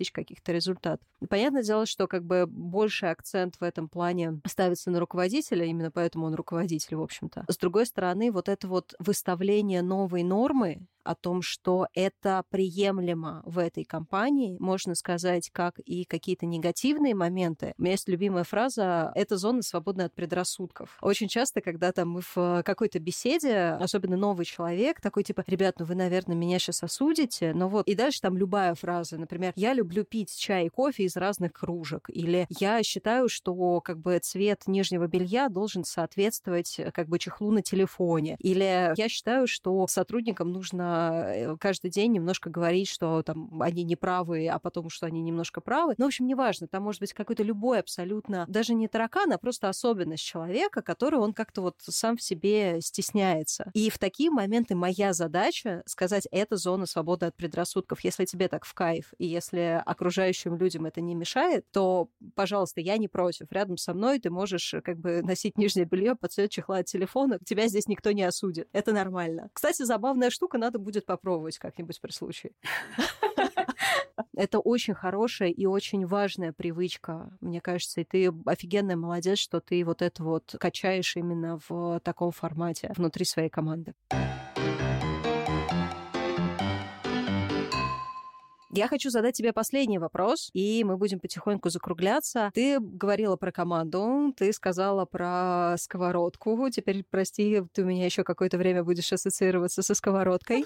достичь каких-то результатов. Понятное дело, что как бы больший акцент в этом плане ставится на руководителя, именно поэтому он руководитель, в общем-то. С другой стороны, вот это вот выставление новой нормы о том, что это приемлемо в этой компании, можно сказать, как и какие-то негативные моменты. У меня есть любимая фраза «это зона, свободная от предрассудков». Очень часто, когда там мы в какой-то беседе, особенно новый человек, такой типа «ребят, ну вы, наверное, меня сейчас осудите», но вот, и дальше там любая фраза, например, «я люблю пить чай и кофе из разных кружек», или «я считаю, что как бы цвет нижнего белья должен соответствовать как бы чехлу на телефоне», или «я считаю, что сотрудникам нужно каждый день немножко говорить, что там они неправы, а потом, что они немножко правы». Ну, в общем, неважно, там может быть какой-то любой абсолютно, даже не таракан, а просто особенность человека, которую он как-то вот сам в себе стесняется. И в такие моменты моя задача сказать, это зона свободы от предрассудков. Если тебе так в кайф, и если окружающим людям это не мешает, то, пожалуйста, я не против. Рядом со мной ты можешь как бы носить нижнее белье под цвет чехла от телефона, тебя здесь никто не осудит. Это нормально. Кстати, забавная штука, надо будет попробовать как-нибудь при случае. Это очень хорошая и очень важная привычка, мне кажется, и ты офигенная молодец, что ты вот это вот качаешь именно в таком формате внутри своей команды. Я хочу задать тебе последний вопрос, и мы будем потихоньку закругляться. Ты говорила про команду, ты сказала про сковородку. Теперь, прости, ты у меня еще какое-то время будешь ассоциироваться со сковородкой.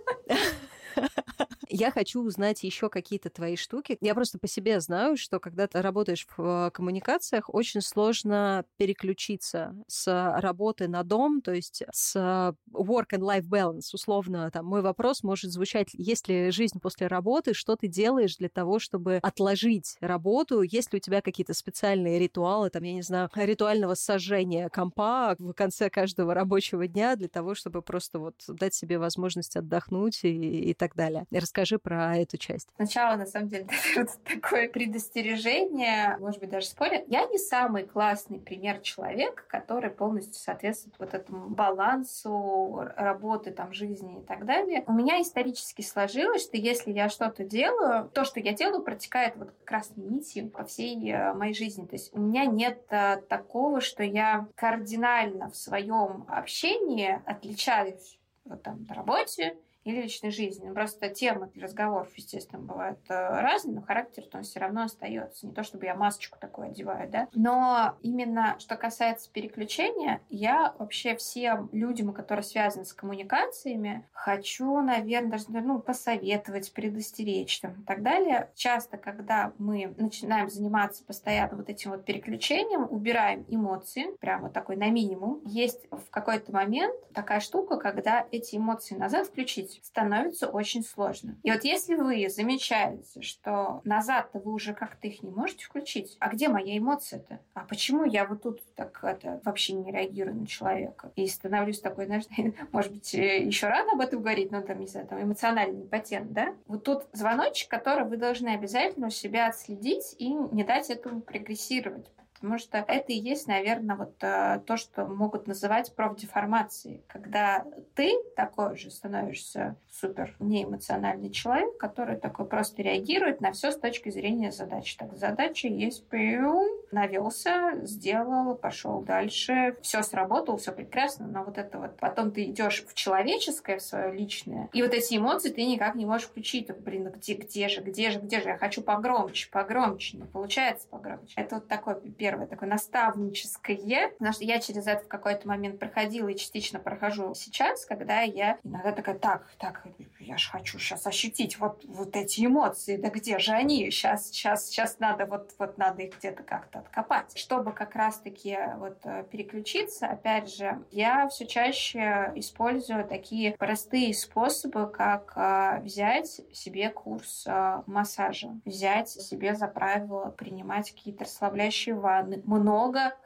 Я хочу узнать еще какие-то твои штуки. Я просто по себе знаю, что когда ты работаешь в коммуникациях, очень сложно переключиться с работы на дом, то есть с work and life balance. Условно, там, мой вопрос может звучать, есть ли жизнь после работы, что ты делаешь для того, чтобы отложить работу, есть ли у тебя какие-то специальные ритуалы, там, я не знаю, ритуального сожжения компа в конце каждого рабочего дня для того, чтобы просто вот дать себе возможность отдохнуть и, и так далее. Расскажи про эту часть. Сначала, на самом деле, такое предостережение, может быть, даже спойлер. Я не самый классный пример человека, который полностью соответствует вот этому балансу работы, там, жизни и так далее. У меня исторически сложилось, что если я что-то делаю, то, что я делаю, протекает вот красной нитью по всей моей жизни. То есть у меня нет такого, что я кардинально в своем общении отличаюсь вот там на работе или личной жизни. Просто темы для разговоров, естественно, бывают разные, но характер он все равно остается. Не то, чтобы я масочку такую одеваю, да. Но именно что касается переключения, я вообще всем людям, которые связаны с коммуникациями, хочу, наверное, даже ну, посоветовать, предостеречь там, и так далее. Часто, когда мы начинаем заниматься постоянно вот этим вот переключением, убираем эмоции, прямо такой на минимум, есть в какой-то момент такая штука, когда эти эмоции назад включить становится очень сложно. И вот если вы замечаете, что назад-то вы уже как-то их не можете включить, а где моя эмоция-то? А почему я вот тут так это вообще не реагирую на человека? И становлюсь такой, знаешь, может быть, еще рано об этом говорить, но там, не знаю, там эмоциональный импотент, да? Вот тут звоночек, который вы должны обязательно у себя отследить и не дать этому прогрессировать. Потому что это и есть, наверное, вот э, то, что могут называть профдеформацией. Когда ты такой же становишься супер неэмоциональный человек, который такой просто реагирует на все с точки зрения задачи. Так, задача есть, пиу, навелся, сделал, пошел дальше, все сработало, все прекрасно, но вот это вот потом ты идешь в человеческое, в свое личное, и вот эти эмоции ты никак не можешь включить. Так, блин, где, где же, где же, где же? Я хочу погромче, погромче, не получается погромче. Это вот такой первый такое наставническое, потому что я через это в какой-то момент проходила и частично прохожу сейчас, когда я иногда такая, так, так, я же хочу сейчас ощутить вот, вот эти эмоции, да где же они? Сейчас, сейчас, сейчас надо, вот, вот надо их где-то как-то откопать. Чтобы как раз-таки вот переключиться, опять же, я все чаще использую такие простые способы, как взять себе курс массажа, взять себе за правило принимать какие-то расслабляющие ванны, много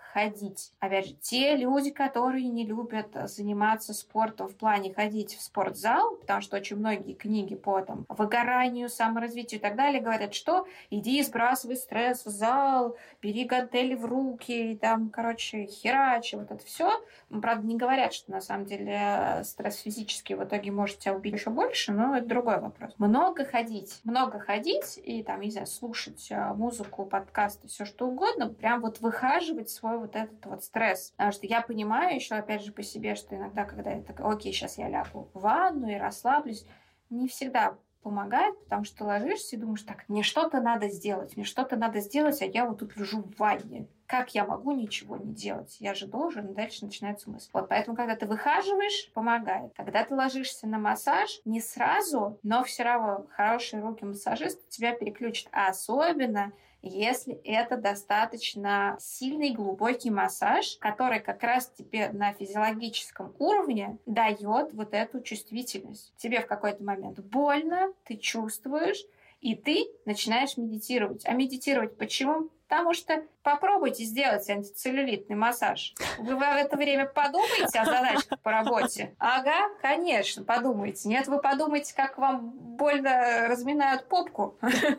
ходить. Опять же, те люди, которые не любят заниматься спортом в плане ходить в спортзал, потому что очень многие книги по там, выгоранию, саморазвитию и так далее говорят, что иди сбрасывай стресс в зал, бери гантели в руки, и там, короче, херачи, вот это все. Правда, не говорят, что на самом деле стресс физический в итоге может тебя убить еще больше, но это другой вопрос. Много ходить, много ходить и там, не знаю, слушать музыку, подкасты, все что угодно, прям вот выхаживать свой вот этот вот стресс. Потому что я понимаю еще, опять же, по себе, что иногда, когда я такая, окей, сейчас я лягу в ванну и расслаблюсь, не всегда помогает, потому что ложишься и думаешь, так, мне что-то надо сделать, мне что-то надо сделать, а я вот тут лежу в ванне. Как я могу ничего не делать? Я же должен, и дальше начинается мысль. Вот поэтому, когда ты выхаживаешь, помогает. Когда ты ложишься на массаж, не сразу, но все равно хорошие руки массажиста тебя переключат. А особенно если это достаточно сильный глубокий массаж, который как раз тебе на физиологическом уровне дает вот эту чувствительность. Тебе в какой-то момент больно, ты чувствуешь, и ты начинаешь медитировать. А медитировать почему? Потому что попробуйте сделать антицеллюлитный массаж. Вы в это время подумаете о задачках по работе? Ага, конечно, подумайте. Нет, вы подумайте, как вам больно разминают попку.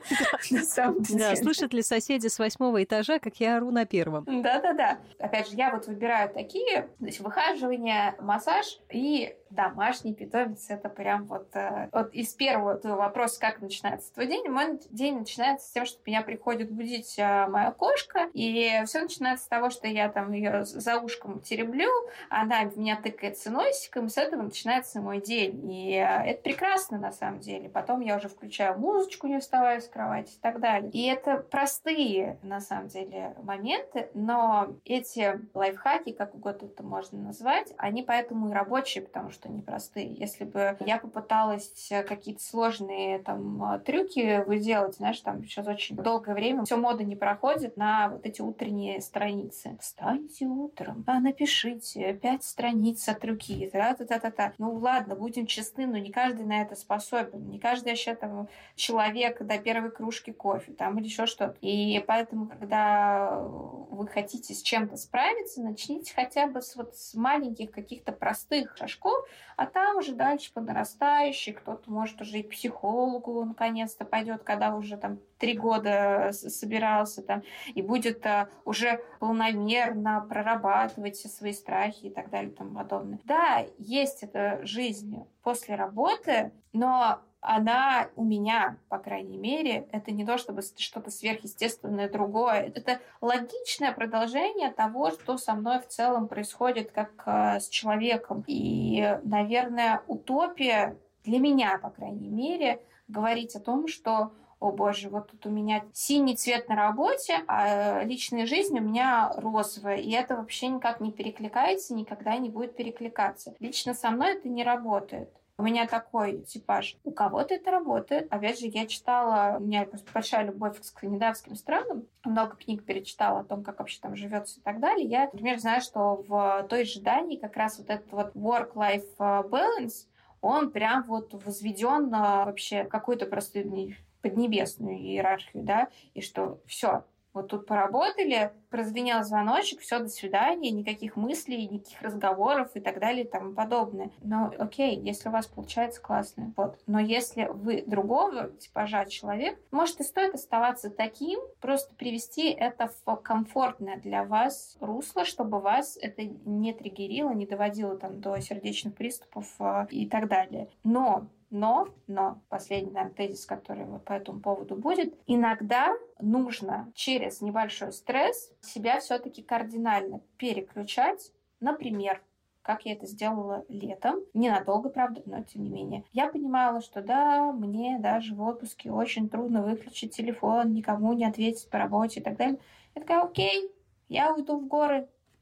На самом деле. Да, слышат ли соседи с восьмого этажа, как я ору на первом? Да-да-да. Опять же, я вот выбираю такие, то есть выхаживание, массаж и домашний питомец. Это прям вот, вот из первого твоего вопроса, как начинается твой день. Мой день начинается с тем, что меня приходит будить моя кошка, и все начинается с того, что я там ее за ушком тереблю, она в меня тыкается носиком, и с этого начинается мой день. И это прекрасно, на самом деле. Потом я уже включаю музычку, не вставая с кровати и так далее. И это простые, на самом деле, моменты, но эти лайфхаки, как угодно это можно назвать, они поэтому и рабочие, потому что они простые. Если бы я попыталась какие-то сложные там трюки выделать, знаешь, там сейчас очень долгое время все мода не проходит на вот эти утренние страницы. Встаньте утром, а напишите пять страниц от руки. Та-та-та-та-та. Ну ладно, будем честны, но не каждый на это способен. Не каждый вообще там человек до первой кружки кофе там, или еще что-то. И поэтому, когда вы хотите с чем-то справиться, начните хотя бы с, вот, с маленьких каких-то простых шажков, а там уже дальше по нарастающей. Кто-то может уже и к психологу наконец-то пойдет, когда уже там три года собирался там, и будет а, уже полномерно прорабатывать все свои страхи и так далее и тому подобное. Да, есть эта жизнь после работы, но она у меня, по крайней мере, это не то, чтобы что-то сверхъестественное другое. Это логичное продолжение того, что со мной в целом происходит как э, с человеком. И, наверное, утопия для меня, по крайней мере, говорить о том, что о боже, вот тут у меня синий цвет на работе, а личная жизнь у меня розовая. И это вообще никак не перекликается, никогда не будет перекликаться. Лично со мной это не работает. У меня такой типаж. У кого-то это работает. Опять же, я читала, у меня просто большая любовь к скандинавским странам, много книг перечитала о том, как вообще там живется и так далее. Я, например, знаю, что в той же Дании как раз вот этот вот work-life balance, он прям вот возведен на вообще какую-то просто поднебесную иерархию, да, и что все, вот тут поработали, прозвенел звоночек, все, до свидания, никаких мыслей, никаких разговоров и так далее и тому подобное. Но окей, если у вас получается, классно. Вот. Но если вы другого типажа человек, может и стоит оставаться таким, просто привести это в комфортное для вас русло, чтобы вас это не триггерило, не доводило там до сердечных приступов э, и так далее. Но Но, но, последний, наверное, тезис, который вот по этому поводу будет, иногда нужно через небольшой стресс себя все-таки кардинально переключать. Например, как я это сделала летом. Ненадолго, правда, но тем не менее. Я понимала, что да, мне даже в отпуске очень трудно выключить телефон, никому не ответить по работе и так далее. Я такая, окей, я уйду в горы,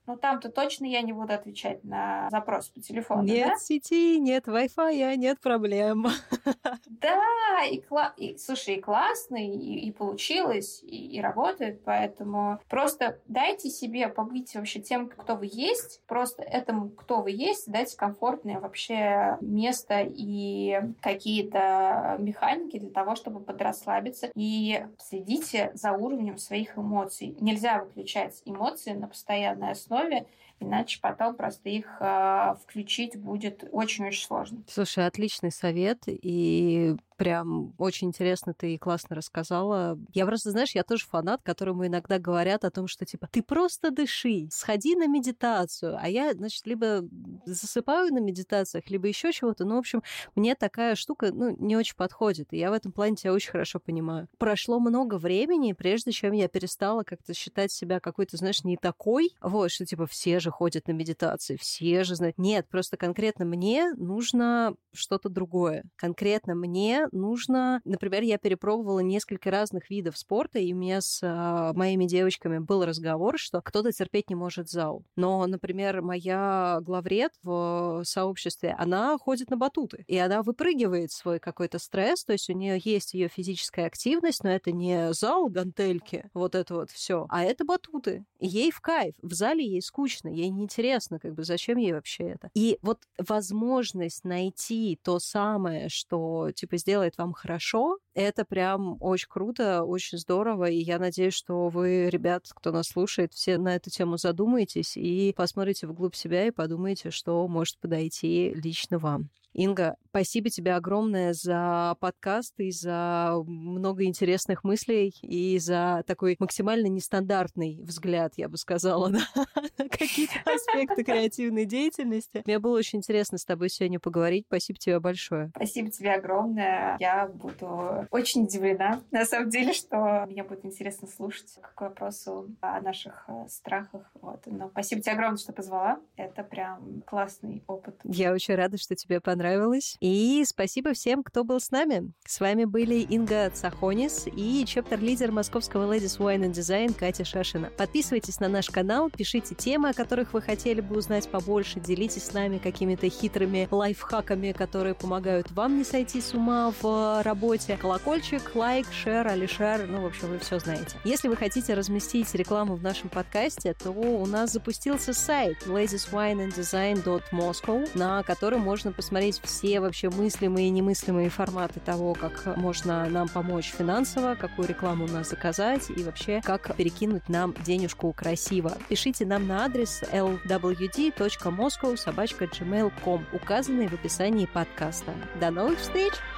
Ну, там-то точно я не буду отвечать на запрос по телефону, Нет да? сети, нет Wi-Fi, нет проблем. Да, и, кла- и слушай, и классно, и, и получилось, и, и работает, поэтому просто дайте себе побыть вообще тем, кто вы есть, просто этому, кто вы есть, дайте комфортное вообще место и какие-то механики для того, чтобы подрасслабиться, и следите за уровнем своих эмоций. Нельзя выключать эмоции на постоянной основе, иначе потом просто их э, включить будет очень-очень сложно. Слушай, отличный совет, и прям очень интересно ты и классно рассказала. Я просто, знаешь, я тоже фанат, которому иногда говорят о том, что, типа, ты просто дыши, сходи на медитацию. А я, значит, либо засыпаю на медитациях, либо еще чего-то. Ну, в общем, мне такая штука, ну, не очень подходит. И я в этом плане тебя очень хорошо понимаю. Прошло много времени, прежде чем я перестала как-то считать себя какой-то, знаешь, не такой. Вот, что, типа, все же ходят на медитации, все же знают. Нет, просто конкретно мне нужно что-то другое. Конкретно мне нужно... Например, я перепробовала несколько разных видов спорта, и у меня с а, моими девочками был разговор, что кто-то терпеть не может зал. Но, например, моя главред в сообществе, она ходит на батуты, и она выпрыгивает свой какой-то стресс, то есть у нее есть ее физическая активность, но это не зал, гантельки, вот это вот все, а это батуты. И ей в кайф. В зале ей скучно, ей неинтересно, как бы зачем ей вообще это. И вот возможность найти то самое, что, типа, сделать вам хорошо, это прям очень круто, очень здорово, и я надеюсь, что вы, ребят, кто нас слушает, все на эту тему задумаетесь и посмотрите вглубь себя и подумаете, что может подойти лично вам. Инга, спасибо тебе огромное за подкаст и за много интересных мыслей и за такой максимально нестандартный взгляд, я бы сказала, на какие-то аспекты креативной деятельности. Мне было очень интересно с тобой сегодня поговорить. Спасибо тебе большое. Спасибо тебе огромное. Я буду очень удивлена, на самом деле, что мне будет интересно слушать к вопросу о наших страхах. Вот. Но спасибо тебе огромное, что позвала. Это прям классный опыт. Я очень рада, что тебе понравилось. И спасибо всем, кто был с нами. С вами были Инга Цахонис и чептер-лидер московского Ladies Wine and Design Катя Шашина. Подписывайтесь на наш канал, пишите темы, о которых вы хотели бы узнать побольше, делитесь с нами какими-то хитрыми лайфхаками, которые помогают вам не сойти с ума в работе. Колокольчик, лайк, шер, алишер, ну, в общем, вы все знаете. Если вы хотите разместить рекламу в нашем подкасте, то у нас запустился сайт ladies wine and design dot moscow, на котором можно посмотреть все вообще мыслимые и немыслимые форматы того, как можно нам помочь финансово, какую рекламу у нас заказать и вообще как перекинуть нам денежку красиво. Пишите нам на адрес эл дабл ю ди точка москоу собака джимейл точка ком, указанный в описании подкаста. До новых встреч!